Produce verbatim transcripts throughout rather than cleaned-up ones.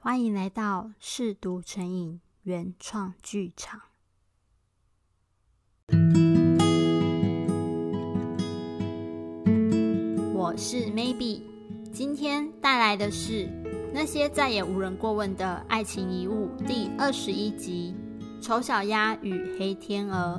欢迎来到嗜读成瘾原创剧场。我是 Maybe， 今天带来的是那些再也无人过问的爱情遗物第二十一集：丑小鸭与黑天鹅。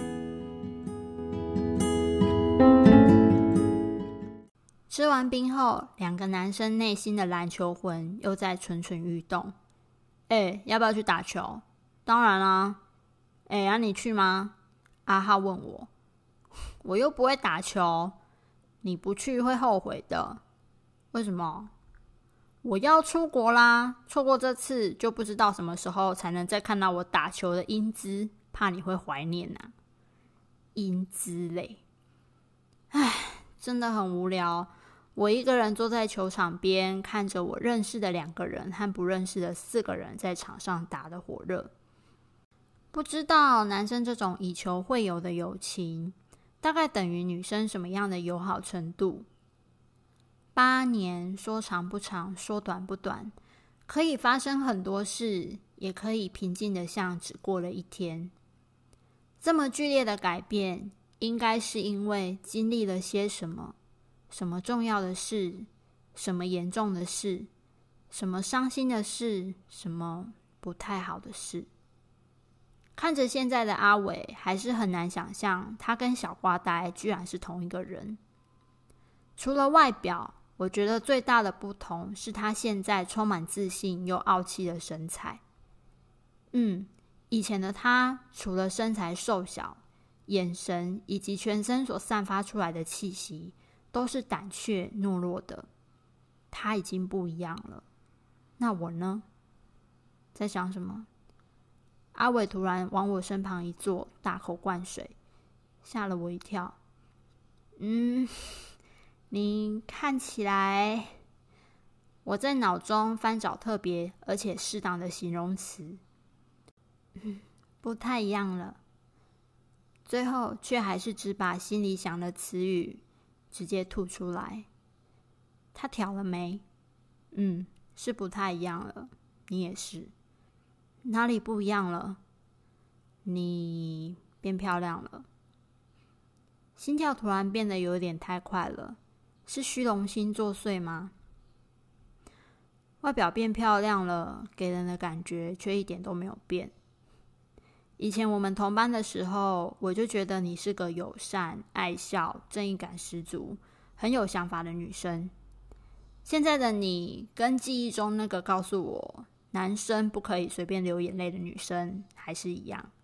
吃完冰后，两个男生内心的篮球魂又在蠢蠢欲动。欸，要不要去打球？当然啦。欸，啊你去吗？阿浩问我。我又不会打球，你不去会后悔的。为什么？我要出国啦，错过这次就不知道什么时候才能再看到我打球的英姿，怕你会怀念啊。英姿嘞。唉，真的很无聊。我一个人坐在球场边，看着我认识的两个人和不认识的四个人在场上打得火热。不知道男生这种以球会友的友情，大概等于女生什么样的友好程度？八年说长不长，说短不短，可以发生很多事，也可以平静的像只过了一天。这么剧烈的改变，应该是因为经历了些什么。什么重要的事，什么严重的事，什么伤心的事，什么不太好的事。看着现在的阿伟，还是很难想象他跟小瓜呆居然是同一个人。除了外表，我觉得最大的不同是他现在充满自信又傲气的身材。嗯，以前的他除了身材瘦小，眼神以及全身所散发出来的气息都是胆怯懦弱的。他已经不一样了。那我呢？在想什么？阿伟突然往我身旁一坐，大口灌水，吓了我一跳。嗯，你看起来……我在脑中翻找特别而且适当的形容词。嗯，不太一样了。最后却还是只把心里想的词语直接吐出来。他挑了眉。嗯，是不太一样了。你也是。哪里不一样了？你变漂亮了。心跳突然变得有点太快了。是虚荣心作祟吗？外表变漂亮了，给人的感觉却一点都没有变。以前我们同班的时候，我就觉得你是个友善、爱笑、正义感十足、很有想法的女生。现在的你跟记忆中那个告诉我男生不可以随便流眼泪的女生还是一样。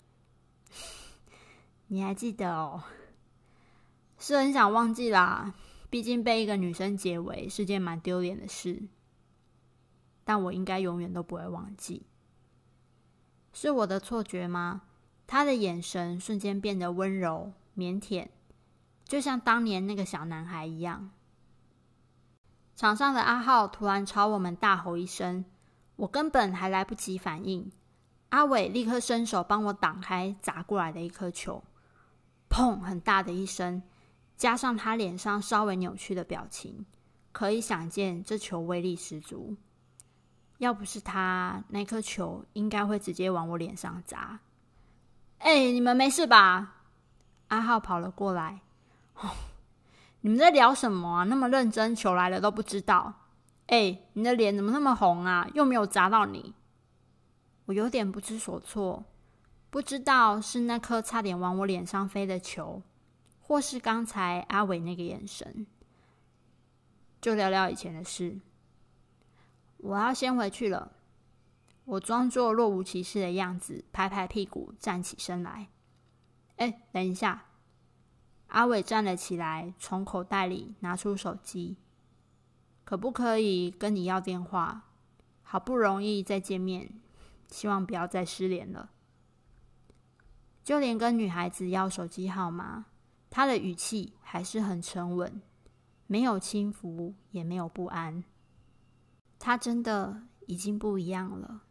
你还记得哦？是很想忘记啦，毕竟被一个女生结尾是件蛮丢脸的事。但我应该永远都不会忘记。是我的错觉吗？他的眼神瞬间变得温柔、腼腆，就像当年那个小男孩一样。场上的阿浩突然朝我们大吼一声，我根本还来不及反应，阿伟立刻伸手帮我挡开砸过来的一颗球。砰，很大的一声，加上他脸上稍微扭曲的表情，可以想见这球威力十足。要不是他，那颗球应该会直接往我脸上砸。欸，你们没事吧？阿浩跑了过来。哦，你们在聊什么啊？那么认真，球来了都不知道。欸，你的脸怎么那么红啊？又没有砸到你。我有点不知所措，不知道是那颗差点往我脸上飞的球，或是刚才阿伟那个眼神。就聊聊以前的事。我要先回去了。我装作若无其事的样子，拍拍屁股站起身来。欸，等一下。阿伟站了起来，从口袋里拿出手机。可不可以跟你要电话？好不容易再见面，希望不要再失联了。就连跟女孩子要手机号码，他的语气还是很沉稳，没有轻浮，也没有不安。他真的已经不一样了。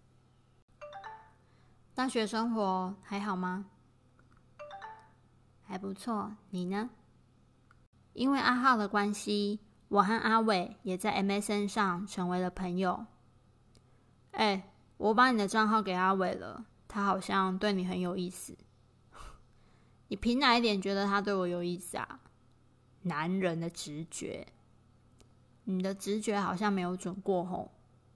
大学生活还好吗？还不错，你呢？因为阿浩的关系，我和阿伟也在 M S N 上成为了朋友。 哎，我把你的账号给阿伟了，他好像对你很有意思。你凭哪一点觉得他对我有意思啊？男人的直觉，你的直觉好像没有准过吼。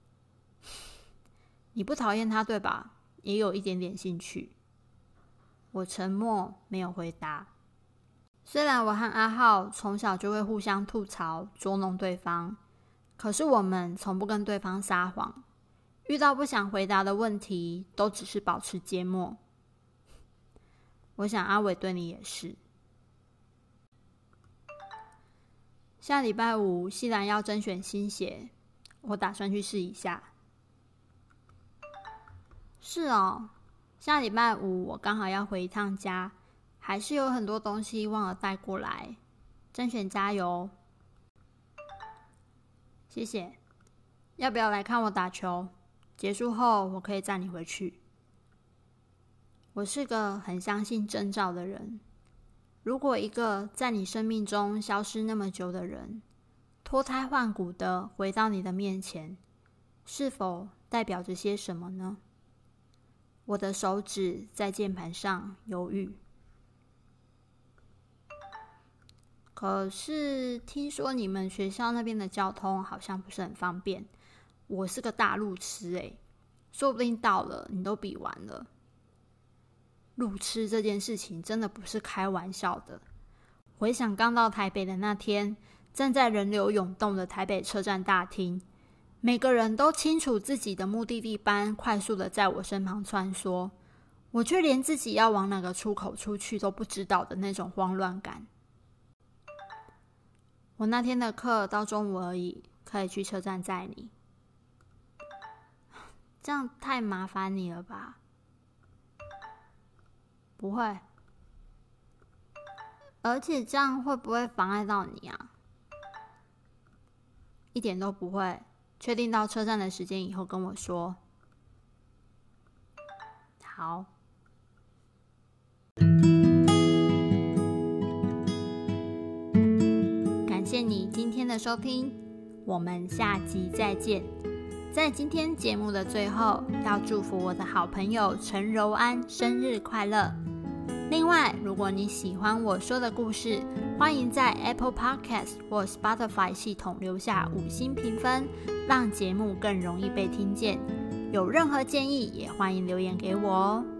你不讨厌他对吧？也有一点点兴趣。我沉默，没有回答。虽然我和阿浩从小就会互相吐槽、捉弄对方，可是我们从不跟对方撒谎。遇到不想回答的问题，都只是保持缄默。我想阿伟对你也是。下礼拜五，系篮要甄选新鞋，我打算去试一下。是哦，下礼拜五我刚好要回一趟家，还是有很多东西忘了带过来。甄选加油！谢谢。要不要来看我打球？结束后我可以载你回去。我是个很相信征兆的人。如果一个在你生命中消失那么久的人，脱胎换骨的回到你的面前，是否代表着些什么呢？我的手指在键盘上犹豫。可是听说你们学校那边的交通好像不是很方便，我是个大路痴欸，说不定到了你都比完了。路痴这件事情真的不是开玩笑的。回想刚到台北的那天，站在人流涌动的台北车站大厅，每个人都清楚自己的目的地般快速的在我身旁穿梭，我却连自己要往哪个出口出去都不知道的那种慌乱感。我那天的课到中午而已，可以去车站载你。这样太麻烦你了吧？不会。而且这样会不会妨碍到你啊？一点都不会。确定到车站的时间以后跟我说。好。感谢你今天的收听，我们下集再见。在今天节目的最后，要祝福我的好朋友陈柔安生日快乐。另外，如果你喜欢我说的故事，欢迎在 Apple Podcast 或 Spotify 系统留下五星评分，让节目更容易被听见。有任何建议，也欢迎留言给我哦。